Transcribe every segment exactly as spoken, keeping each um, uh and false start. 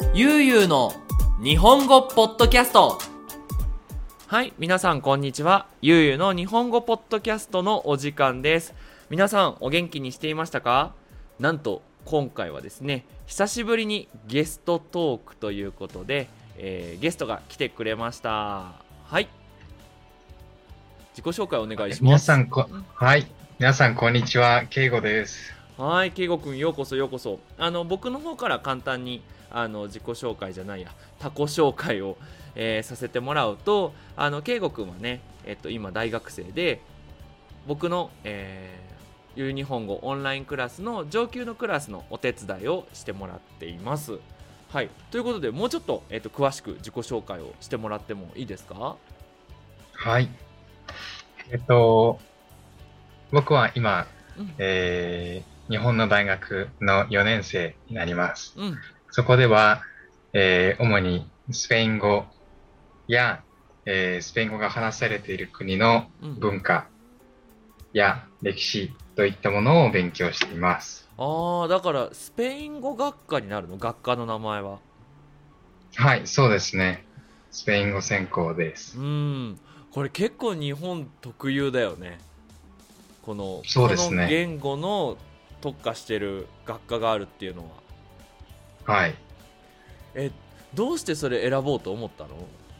ゆうゆうの日本語ポッドキャスト。はい、皆さんこんにちは。ゆうゆうの日本語ポッドキャストのお時間です。皆さんお元気にしていましたか？なんと今回はですね、久しぶりにゲストトークということで、えー、ゲストが来てくれました。はい、自己紹介お願いします。 皆さんこ、はい、皆さんこんにちは、けいごです。 はい、けいごくんようこそようこそ。あの僕の方から簡単にあの自己紹介じゃないや他己紹介を、えー、させてもらうと、あのけいごくんはね、えっと、今大学生で、僕の、えー、ゆう日本語オンラインクラスの上級のクラスのお手伝いをしてもらっています。はい、ということでもうちょっと、えっと、詳しく自己紹介をしてもらってもいいですか？ はい、えっと僕は今、 うんえー日本の大学のよねん生になります。 うんそこでは、えー主にスペイン語や、えースペイン語が話されている国の文化や歴史といったものを勉強しています。 あー、だからスペイン語学科になるの？学科の名前は。 はい、そうですね。スペイン語専攻でうす。 ーん、これ結構日本特有だよね。このそうこですね。 の言語の特化してる学科があるっていうのは。 はい。 え、どうしてそれ選ぼうと思ったの？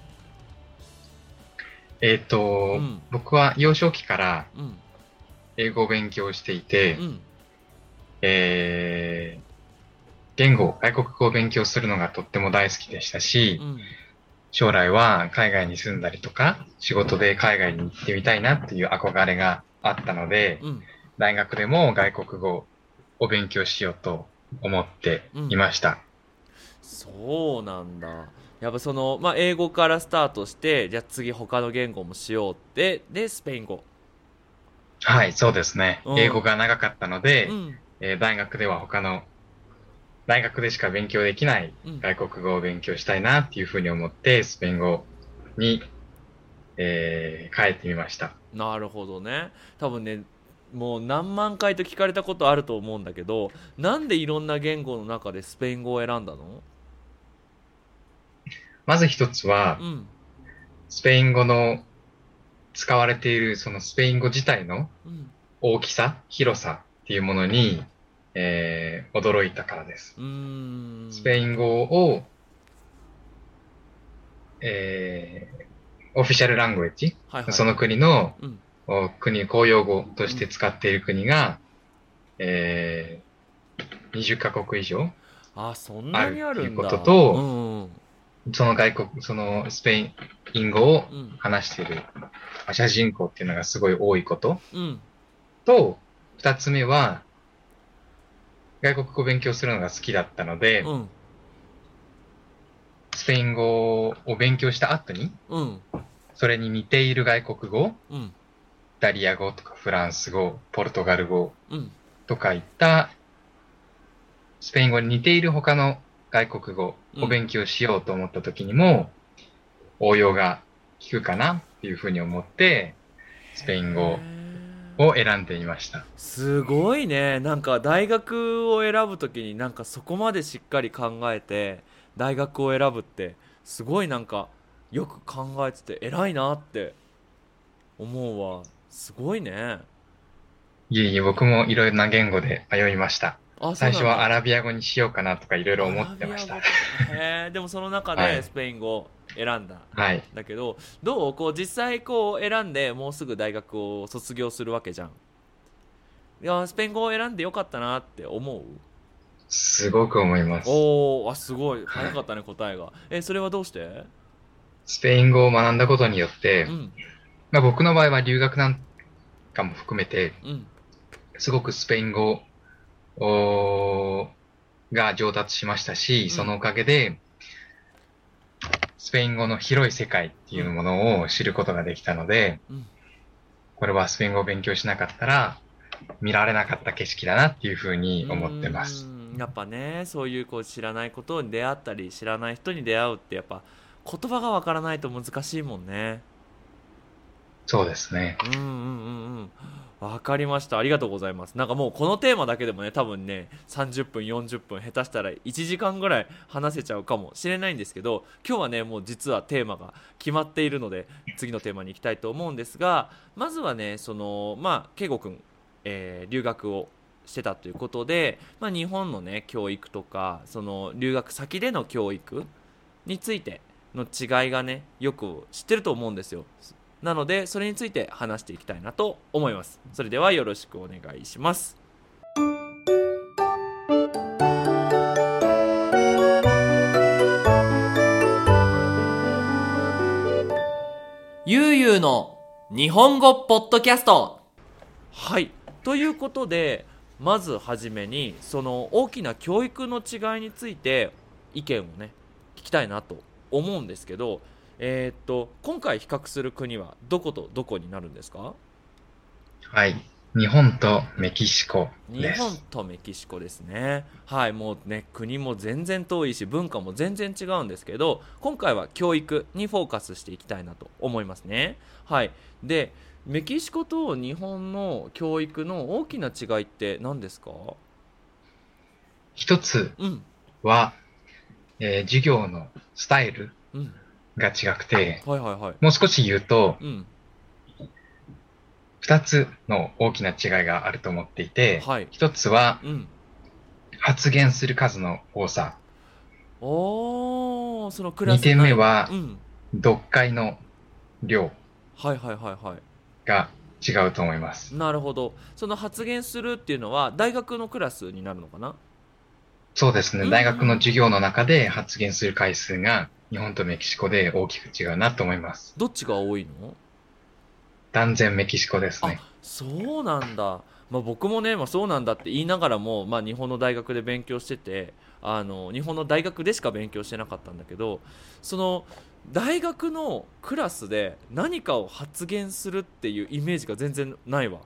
えっと、 うん僕は幼少期からうん英語を勉強していて、 うんえー、言語、外国語を勉強するのがとっても大好きでしたし、 うん将来は海外に住んだりとか、仕事で海外に行ってみたいなっていう憧れがあったので、 うん大学でも外国語を勉強しようと思ってうん。 いました。 そうなんだ。やっぱその、まあ、英語からスタートして、じゃあ次他の言語もしようって、でスペイン語。 はい、そうですね。英語うんが長かったので、 うんえー大学では他の、大学でしか勉強できないうん外国語を勉強したいなっていうふうに思って、スペイン語に、えー変えてみました。 なるほどね。多分ね、もう何万回と聞かれたことあると思うんだけど、なんでいろんな言語の中でスペイン語を選んだの？ まず一つは、 うんスペイン語の使われているそのスペイン語自体のうん大きさ、広さっていうものに、えー驚いたからです。 うーんスペイン語を、えーオフィシャルラングエッジ、そのはいはいはい。 国のうんお国、公用語とうん。 して使っている国が、えーにじゅっカ国以上あ、そんあなにあるっていうことるんだ。うと、 んうんその外国、そのスペイン語をうん話しているアジア人口っていうのがすごい多いことうんと、二つ目は、外国語を勉強するのが好きだったので、 うんスペイン語を勉強した後に、 うんそれに似ている外国語、イうんタリア語とかフランス語、ポルトガル語うんとかいったスペイン語に似ている他の外国語を勉強しようと思った時にも応用が効くかなっていうふうに思ってスペイン語を選んでみました。 すごいね。なんか大学を選ぶときになんかそこまでしっかり考えて大学を選ぶってすごいなんかよく考えてて偉いなって思うわ。すごいね。 いえいえ、僕もいろいろな言語で迷いました。 あ、そう最初はアなんだ。 ラビア語にしようかなとかいろいろア思っラビア語。 てました。 へえ。でもその中はい。 でスペイン語を選んだ。 はい。 だけどどうこう実際こう選んでもうすぐ大学を卒業するわけじゃん。いやスペイン語を選んでよかったなって思う？ すごく思います。 おー、あ、すごいはい。 早かったね答えが。え、それはどうして？ スペイン語を学んだことによって、 うんまあ、僕の場合は留学なんかも含めて、 うんすごくスペイン語おが上達しましたし、 うんそのおかげで、スペイン語の広い世界っていううんものを知ることができたので、 うん。 これはスペイン語を勉強しなかったら、見られなかった景色だなっていうふううーに思ってます。 ん、やっぱね、そういうこう知らないことに出会ったり知らない人に出会うってやっぱ言葉がわからないと難しいもんね。 そうですね。 うんうんうんうん。わかりました。ありがとうございます。なんかもうこのテーマだけでもね、多分ね、さんじゅっぷん、よんじゅっぷん、下手したらいちじかんぐらい話せちゃうかもしれないんですけど、今日はね、もう実はテーマが決まっているので、次のテーマに行きたいと思うんですが、まずはね、その、まあ、圭吾君、えー留学をしてたということで、まあ、日本のね、教育とか、その留学先での教育についての違いがねよく知ってると思うんですよ。なのでそれについて話していきたいなと思います。それではよろしくお願いします。ゆうゆうの日本語ポッドキャスト。はい、ということで、まずはじめにその大きな教育の違いについて意見をね聞きたいなと思うんですけど、えーっと今回比較する国はどことどこになるんですか？ はい。日本とメキシコ日本です。 とメキシコですね。はい、もうね国も全然遠いし文化も全然違うんですけど、今回は教育にフォーカスしていきたいなと思いますね。はい。で、メキシコと日本の教育の大きな違いって何ですか？ 一つうん。 は、えー授業のスタイルうん。 が違くて、 はいはいはい。 もう少し言うと、 うん。 二つの大きな違いがあると思っていて、 はい。 一つはうん。 発言する数の多さ。 おー、そのクラ二点目ス内の。 はうん。 読解の量はいはいはいはい。 が違うと思います。 なるほど。その発言するっていうのは大学のクラスになるのかな？ そうですね。 うんう大学のん。 授業の中で発言する回数が日本とメキシコで大きく違うなと思います。 どっちが多いの？ 断然メキシコですあ、 ね。 そうなんだ。まあ、僕もね、まあ、そうなんだって言いながらも、まあ、日本の大学で勉強してて、あの日本の大学でしか勉強してなかったんだけど、その大学のクラスで何かを発言するっていうイメージが全然ないわ。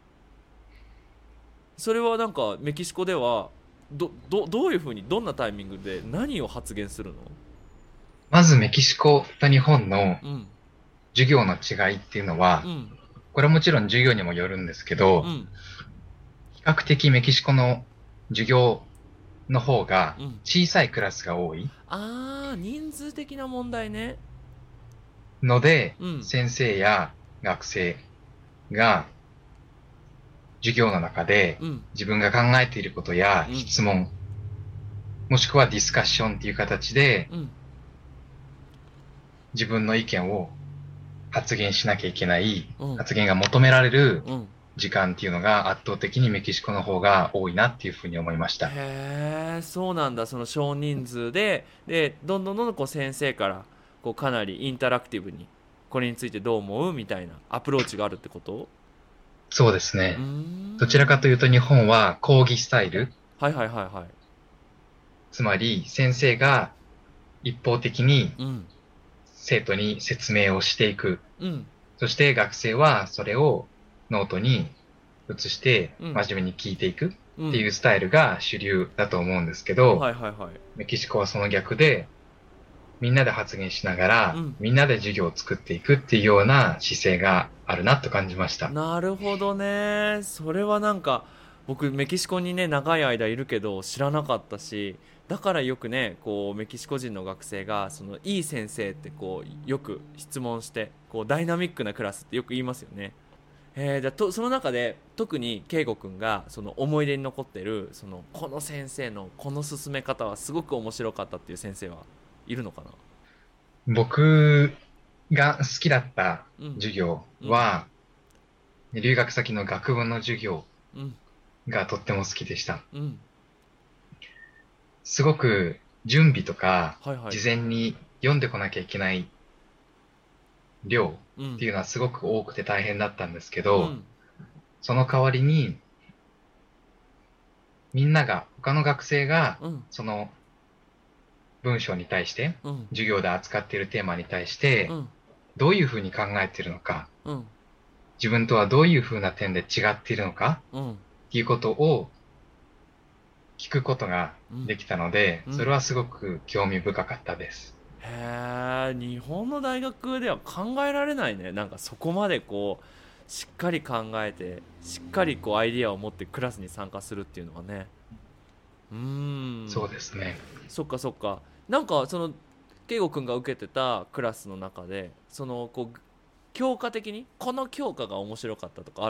それはなんかメキシコではどどどういうふうにどんなタイミングで何を発言するの？ まずメキシコと日本のうん授業の違いっていうのは、 うんこれはもちろん授業にもよるんですけど、 うん比較的メキシコの授業の方がうん。 小さいクラスが多いああ、人数的な問題ね。 ので、 うん先生や学生が授業の中でうん自分が考えていることやうん質問、もしくはディスカッションっていう形でうん自分の意見を発言しなきゃいけない、 うん発言が求められるうん。 時間っていうのが圧倒的にメキシコの方が多いなっていうふうに思いました。 へえ、そうなんだ。その少人数で、で、どんどんどんどんこう先生からこうかなりインタラクティブにこれについてどう思うみたいなアプローチがあるってこと？ そうですうーね。どちらかとん。 いうと日本は講義スタイル、 はいはいはいはい。 つまり先生が一方的にうん生徒に説明をしていく。 うんそして学生はそれをノートに移してうん真面目に聞いていくっていうん。 うスタイルが主流だと思うんですけど、 はいはいはい。 メキシコはその逆で、みんなで発言しながら、 うん。 みんなで授業を作っていくっていうような姿勢があるなと感じました。 なるほどね。それはなんか僕メキシコにね長い間いるけど知らなかったし、だからよくねこうメキシコ人の学生がそのいい先生ってこうよく質問してこうダイナミックなクラスってよく言いますよね。えー、じゃあとその中で特に圭吾君がその思い出に残ってるそのこの先生のこの進め方はすごく面白かったっていう先生はいるのかな？ 僕が好きだったうん授業うんは、留学先の学部の授業うんがとっても好きでした。 うんすごく準備とか、 はいはい。 事前に読んでこなきゃいけない量うんっていうのはすごく多くて大変だったんですけど、 うんその代わりに、みんなが、他の学生が、 うんその文章に対して、 うん授業で扱っているテーマに対して、 うんどういうふうに考えているのか、 うん自分とはどういうふうな点で違っているのかうんっていうことを聞くことがうんできたので、 うん。 それはすごく興味深かったです。 へえ、日本の大学では考えられないね。なんかそこまでこうしっかり考えてしっかりこうアイディアを持ってクラスに参加するっていうのはね。うーそうん。 ですね。 そっかそっか。なんかその圭吾君が受けてたクラスの中でそのこう教科的にこの教科が面白かったとかある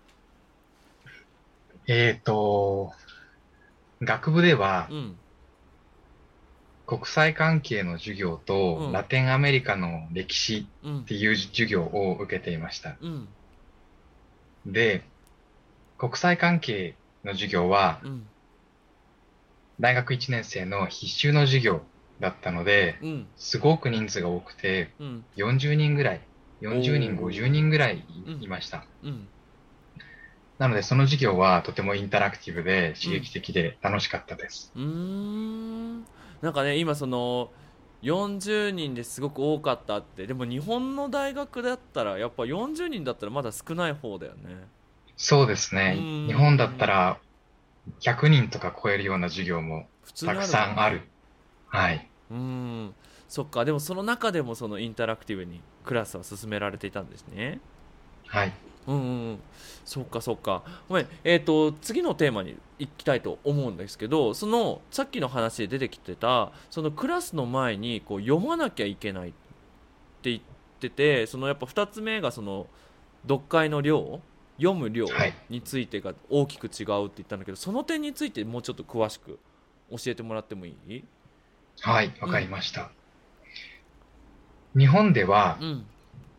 えっと、学部ではの？うん国際関係の授業とうんラテンアメリカの歴史うんっていう授業を受けていました。 うんで、国際関係の授業はうん大学いちねん生の必修の授業だったので、 うんすごく人数が多くて、 うんよんじゅうにんぐらい、 およんじゅうにん、ごじゅうにんーぐらいうんいました。 うんなので、その授業はとてもインタラクティブで刺うん激的で楽しかったです。 うーん。なんかね今そのよんじゅうにんですごく多かったって。でも日本の大学だったらやっぱよんじゅうにんだったらまだ少ない方だよね。 そうですうーね。日本だったん。 らひゃくにんとか超えるような授業も普通にたくあるもんね。 さんある。はい。 うーん。そっか。でもその中でもそのインタラクティブにクラスは進められていたんですね。 はい。 うんうんうん。そっかそっか。ごめん。えっと次のテーマに行きたいと思うんですけど、そのさっきの話で出てきてたそのクラスの前にこう読まなきゃいけないって言ってて、そのやっぱふたつめがその読解の量、読む量はい。 についてが大きく違うって言ったんだけど、その点についてもうちょっと詳しく教えてもらってもいい？ はい。わかりうんました。日本ではうん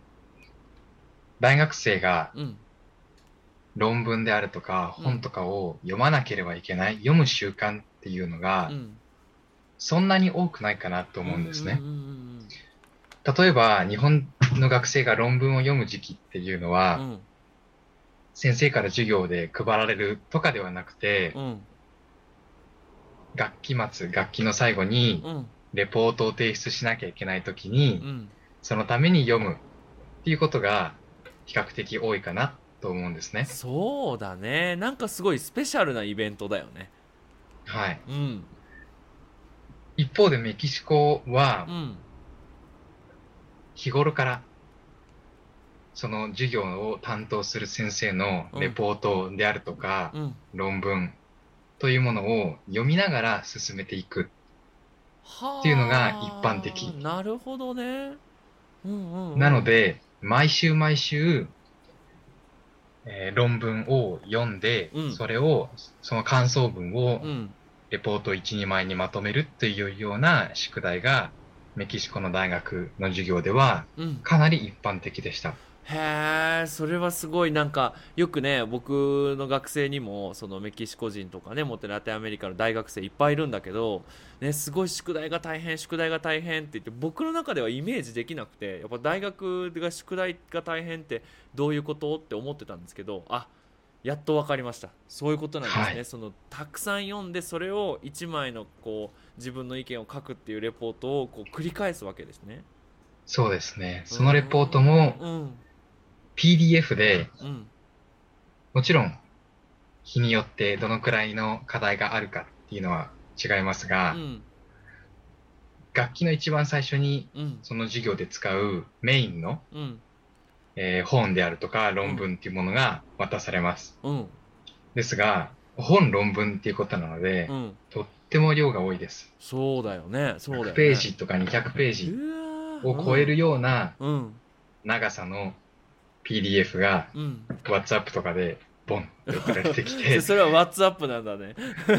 大学生がうん論文であるとかうん本とかを読まなければいけない、読む習慣っていうのがうんそんなに多くないかなとうんうん思うんですね。 うん例えば日本の学生が論文を読む時期っていうのはうん先生から授業で配られるとかではなくて、 うん学期末、学期の最後にうんレポートを提出しなきゃいけないときに、 うんそのために読むっていうことが比較的多いかなと思うんですね。 そうだね。なんかすごいスペシャルなイベントだよね。 はい。 うん一方でメキシコはうん日頃からその授業を担当する先生のうんレポートであるとかうん論文というものを読みながら進めていくっていうのが一般的。 はあ、なるほどね。うんうんうなのんで、毎週毎週、えー論文を読んで、 うんそれを、その感想文をうんレポートいち、にまいにまとめるっていうような宿題が、メキシコの大学の授業ではうんかなり一般的でした。 へえ、それはすごい。なんかよくね僕の学生にもそのメキシコ人とかねもっとラテンアメリカの大学生いっぱいいるんだけど、ね、すごい宿題が大変宿題が大変って言って僕の中ではイメージできなくて、やっぱ大学が宿題が大変ってどういうことって思ってたんですけど、あ、やっと分かりました。そういうことなんですね。 はい。 そのたくさん読んでそれをいちまいのこう自分の意見を書くっていうレポートをこう繰り返すわけですね。 そうですね。 うーそのレポートもんうんピーディーエフ で、 うんもちろん日によってどのくらいの課題があるかっていうのは違いますが、 うん楽器の一番最初にうんその授業で使うメインの、 うんえー本であるとか論うん文っていうものが渡されます。 うんですが、本論文っていうことなので、 うん、 とっても量が多いです。 そうだよね、そうだ 100 よね。 ページとかにひゃくページうわを超えるようなー、うん、 長さの ピーディーエフ がうん、 WhatsApp とかでボンって送られてきうん。 て、 それは WhatsApp なんだね。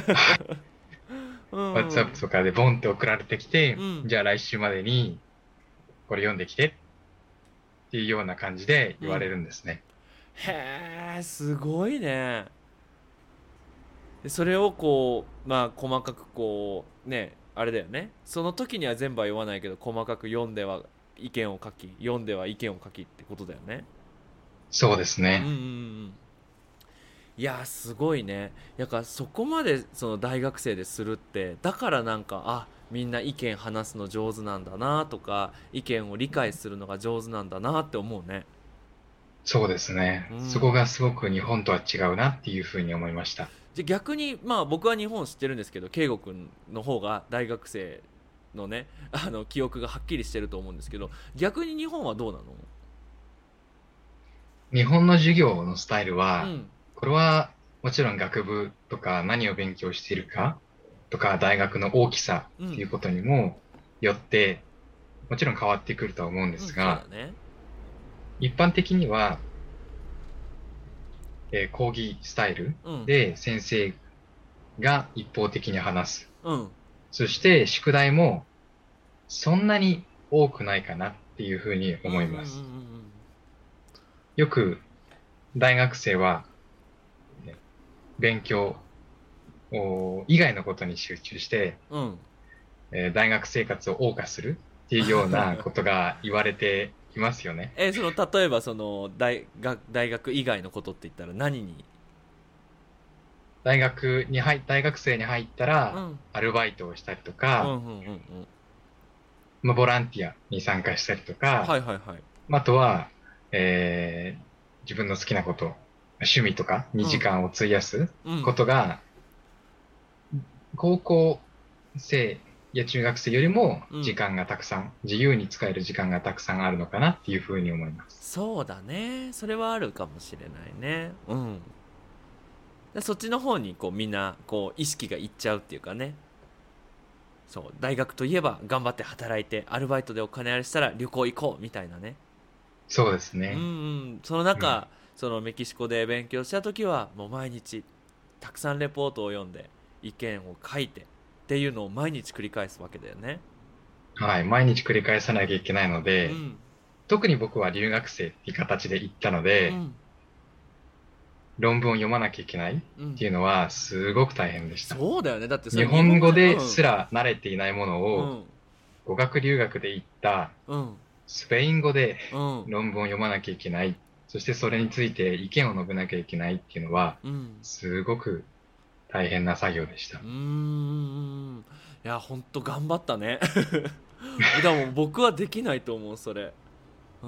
うん、うん、 WhatsApp とかでボンって送られてきて、 うん、 じゃあ来週までにこれ読んできてっていうような感じで言われるんですね。 へえ、すごいね。でそれをこう、まあ細かくこうね、あれだよね。その時には全部は読まないけど、細かく読んでは意見を書き、読んでは意見を書きってことだよね。 そうですね。 うんうんうん。いやすごいね。やっぱそこまでその大学生でするって、だからなんかあみんな意見話すの上手なんだなとか意見を理解するのが上手なんだなって思うね。 そうですね。 うん。 そこがすごく日本とは違うなっていうふうに思いました。 じゃ逆にまあ僕は日本知ってるんですけど、圭吾君の方が大学生のねあの記憶がはっきりしてると思うんですけど、逆に日本はどうなの？ 日本の授業のスタイルは、 うん。 これはもちろん学部とか何を勉強しているかとか大学の大きさうん。 っていうことにもよってもちろん変わってくるとは思うんでうん。 すが、 そうだね。 一般的には、えー講義スタイルうん。 で先生が一方的に話す。 うん。 そして宿題もそんなに多くないかなっていうふうにうん。うん。うん。 思います。 うん。 よく大学生はね勉強お以外のことに集中して、 うん。 えー大学生活を謳歌するっていうようなことが言われていますよね。 えその例えばその大学大学以外のことって言ったら何に？ 大学に入、大学生に入ったら、 うん。 アルバイトをしたりとうん。うか、 ん。うん。 まあ、ボランティアに参加したりとか、 はいはいはい。 まああとは、えー自分の好きなこと、趣味とかにうん。 時間を費やすうん。 ことが、高校生や中学生よりもうん。 時間がたくさん、自由に使える時間がたくさんあるのかなっていうふうに思います。 そうだね、それはあるかもしれないね。うん。でそっちの方にこうみんなこう意識がいっちゃうっていうかね。そう大学といえば頑張って働いてアルバイトでお金あれしたら旅行行こうみたいなね。 そうですうんうね。 ん。そのうん。 中そのメキシコで勉強した時はもう毎日たくさんレポートを読んで意見を書いてっていうのを毎日繰り返すわけだよね。 はい。毎日繰り返さなきゃいけないので、 うん特に僕は留学生っていう形で行ったので、 うん論文を読まなきゃいけないっうん。 ていうのはすごく大変でした。 そうだよね、だってそ日れ日本本語語じゃうですら慣れていないものをん語学留学で行ったうんスペイン語でうん論文を読まなきゃいけない。そしてそれについて意見を述べなきゃいけないっていうのはうんすごく大変な作業でした。 うーん。いやほんと頑張ったね。でも僕はできないと思うそれ。うん。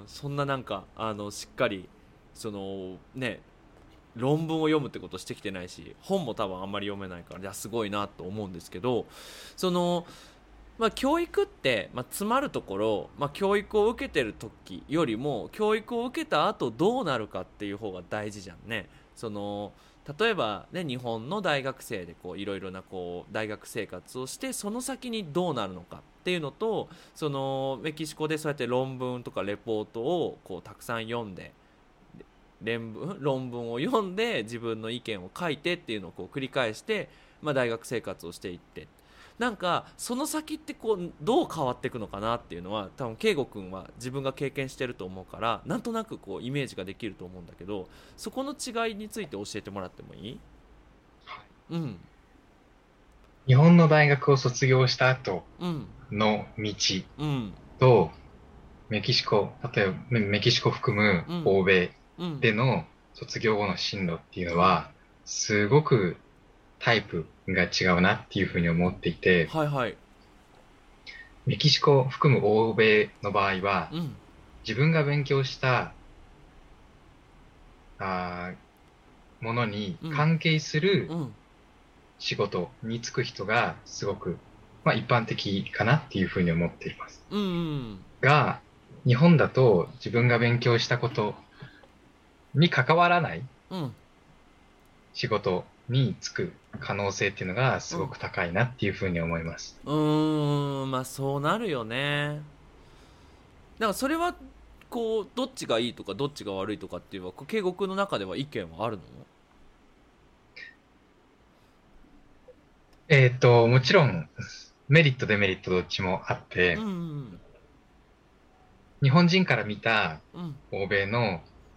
そんななんかあのしっかりそのね論文を読むってことしてきてないし本も多分あんまり読めないから、いやすごいなと思うんですけど、そのまあ教育って、まあ、詰まるところ、まあ、教育を受けてる時よりも教育を受けた後どうなるかっていう方が大事じゃんね。その例えばね日本の大学生でこういろいろなこう大学生活をしてその先にどうなるのかっていうのと、そのメキシコでそうやって論文とかレポートをこうたくさん読んで論文論文を読んで自分の意見を書いてっていうのをこう繰り返して、まあ、大学生活をしていって、なんかその先ってこうどう変わっていくのかなっていうのは多分圭吾君は自分が経験してると思うからなんとなくこうイメージができると思うんだけど、そこの違いについて教えてもらってもいい？うん日本の大学を卒業した後うんの道うんとメキシコ、例えばメメキシコ含むうん欧米うんでの卒業後の進路っていううんのはすごくタイプが違うなっていうふうに思っていて、 はいはい。 メキシコ含む欧米の場合は、 うん自分が勉強したあーものにうん関係するうん仕事に就く人がすごく、まあ、一般的かなっていうふうに思っています。 うんうんが、日本だと自分が勉強したことに関わらないうん仕事に就く可能性っていうのがすごうんく高いなっていうふうに思います。 うーん、まあそうなるよね。だからそれはこうどっちがいいとかどっちが悪いとかっていうのは圭吾君の中では意見はあるの？ えっと、もちろんメリットデメリットどっちもあっうて、 ん日本人から見たうん欧米の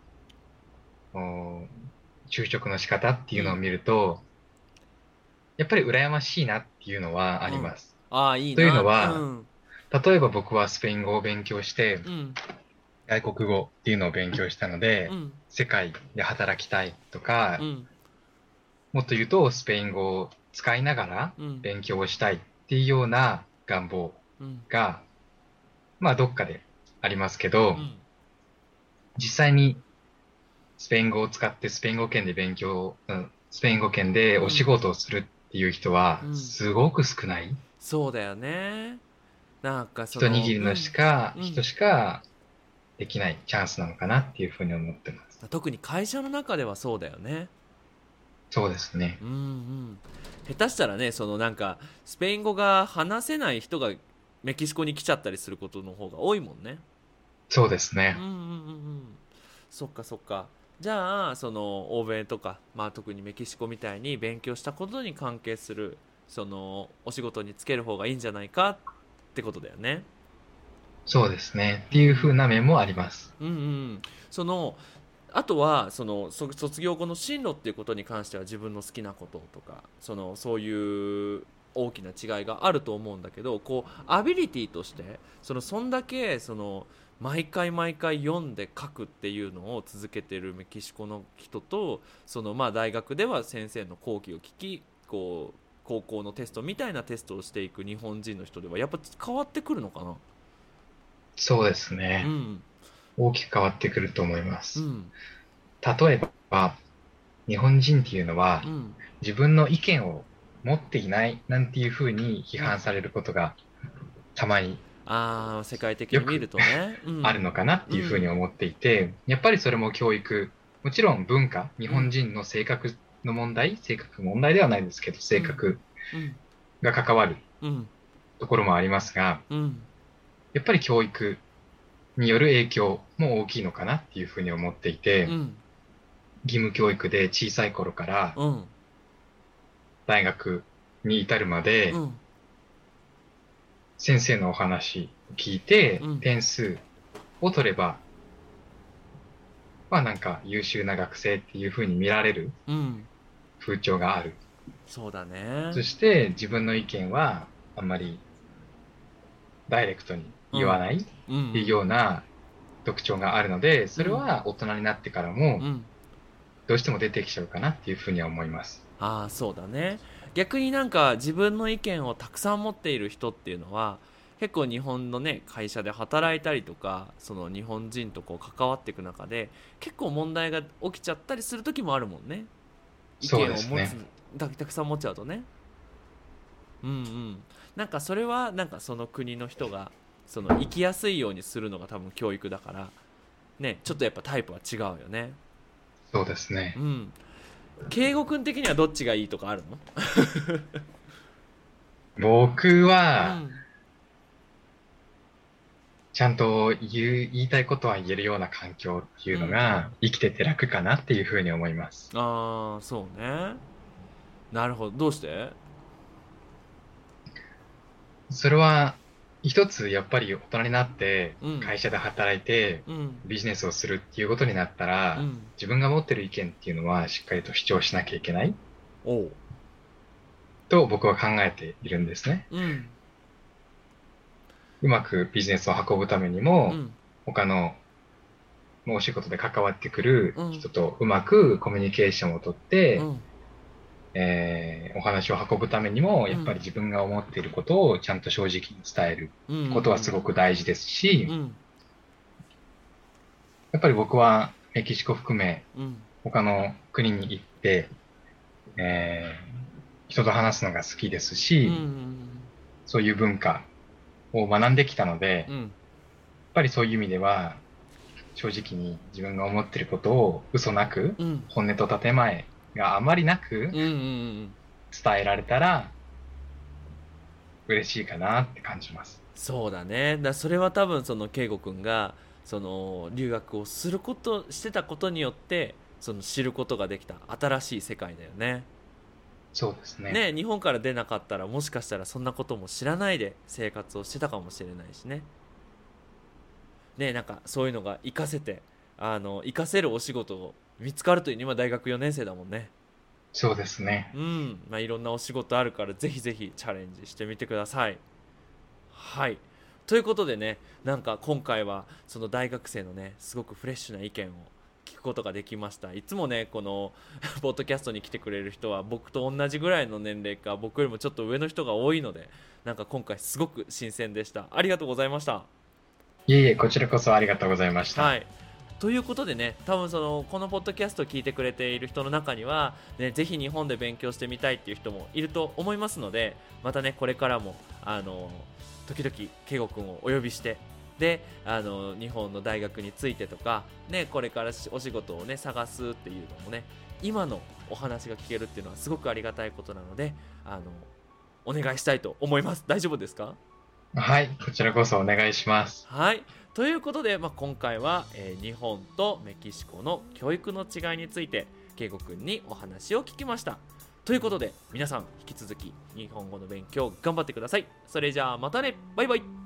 お就職の仕方っていうのをうん見ると、やっぱり羨ましいなっていうのはあうん。 ります。 ああいいというのな。うは、 ん例えば僕はスペイン語を勉強して、 うん外国語っていうのを勉強したので、 うん世界で働きたいとか、 うんもっと言うとスペイン語を使いながらうん勉強をしたいっていうような願望うんが、まあどっかでありますけど、 うん実際にスペイン語を使ってスペイン語圏で勉強、うんスペイン語圏でお仕うん事をするってっていう人はうんすごく少ない。 そうだよね。なんかそ一握のりのしか、 うんうん人しかできないチャンスなのかなっていうふうに思ってます。 特に会社の中ではそうだよね。 そうですね。 うんうん、下手したらねそのなんかスペイン語が話せない人がメキシコに来ちゃったりすることの方が多いもんね。 そうですね。 うんうんうんうんそっかそっか。じゃあその欧米とか、まあ、特にメキシコみたいに勉強したことに関係するそのお仕事に就ける方がいいんじゃないかってことだよね。 そうですね。っていうふううんな面もあります。 うんうんそのあとはそのそ卒業後の進路っていうことに関しては自分の好きなこととかそのそういう大きな違いがあると思うんだけどこうアビリティとしてそのそんだけその毎回毎回読んで書くっていうのを続けてるメキシコの人とそのまあ大学では先生の講義を聞きこう高校のテストみたいなテストをしていく日本人の人ではやっぱ変わってくるのかな。 そうですね。 うん大きく変わってくると思います。 うん例えば、日本人っていうのはうん自分の意見を持っていないなんていうふうに批うん判されることがたまにああ世界的よくに見るとねうんあるのかなっていうふうに思っていて、やっぱりそれも教育、もちろん文化、日うん本人の性格の問題、性格問題ではないですけど、性格うんが関わるうんところもありますが、 うんやっぱり教育による影響も大きいのかなっていうふうに思っていて、 うん義務教育で小さい頃からうん大学に至るまで、 うん先生のお話を聞いてうん点数を取れば、まあなんか優秀な学生っていうふうに見られるうん風潮がある。 そうだねそして自分の意見はあんまりダイレクトに言わないっうんていうような特徴があるので、それは大人になってからもうんどうしても出てきちゃうかなっていうふうには思います。 ああそうだね。逆になんか自分の意見をたくさん持っている人っていうのは結構日本のね会社で働いたりとかその日本人とこう関わっていく中で結構問題が起きちゃったりする時もあるもんね。意そう見を持つですね。 たたくさん持っちゃうとね。うんうんなんかそれはなんかその国の人がその生きやすいようにするのが多分教育だからねちょっとやっぱタイプは違うよね。 そうですね。 うん圭吾君的にはどっちがいいとかあるの？ 僕はうんちゃんと言う、言いたいことは言えるような環境っていうのが生きてて楽かなっていうふうに思います。 ああそうね。なるほど。どうして？ それは一つやっぱり大人になってうん会社で働いてうんビジネスをするっていうことになったら、 うん自分が持ってる意見っていうのはしっかりと主張しなきゃいけないおうと僕は考えているんですね。 うんうまくビジネスを運ぶためにうも、 ん他のもうお仕事で関わってくるうん人とうまくコミュニケーションをとって、 うんえーお話を運ぶためにも、 うんやっぱり自分が思っていることをちゃんと正直に伝えるうんことはすごく大事ですし、 うんやっぱり僕はメキシコ含めうん他の国に行って、えー人と話すのが好きですうし、 んそういう文化を学んできたので、やっうんぱりそういう意味では正直に自分が思っていることを嘘なく、 うん本音と建前があまりなくうんうん伝えられたら嬉しいかなって感じます。 そうだね。だそれは多分その圭吾君がその留学をすることしてたことによってその知ることができた新しい世界だよね。 そうですね。 ね日本から出なかったらもしかしたらそんなことも知らないで生活をしてたかもしれないしね。ねなんかそういうのが活かせてあの活かせるお仕事を見つかるという今大学よねん生だもんね。 そうですね。 うんまあいろんなお仕事あるからぜひぜひチャレンジしてみてください。はいということでねなんか今回はその大学生のねすごくフレッシュな意見を聞くことができました。いつもねこのポッドキャストに来てくれる人は僕と同じぐらいの年齢か僕よりもちょっと上の人が多いのでなんか今回すごく新鮮でした。ありがとうございました。 いえいえ、こちらこそありがとうございました。 はいとということでね、多分そのこのポッドキャストを聞いてくれている人の中には、ね、ぜひ日本で勉強してみたいっていう人もいると思いますので、またねこれからもあの時々圭吾君をお呼びして、であの日本の大学についてとか、ね、これからお仕事をね探すっていうのもね、今のお話が聞けるっていうのはすごくありがたいことなので、あのお願いしたいと思います。大丈夫ですか？ はい、こちらこそお願いします。 はい、ということで、まあ、今回は、えー日本とメキシコの教育の違いについて圭吾君にお話を聞きました。ということで皆さん引き続き日本語の勉強頑張ってください。それじゃあまたね、バイバイ。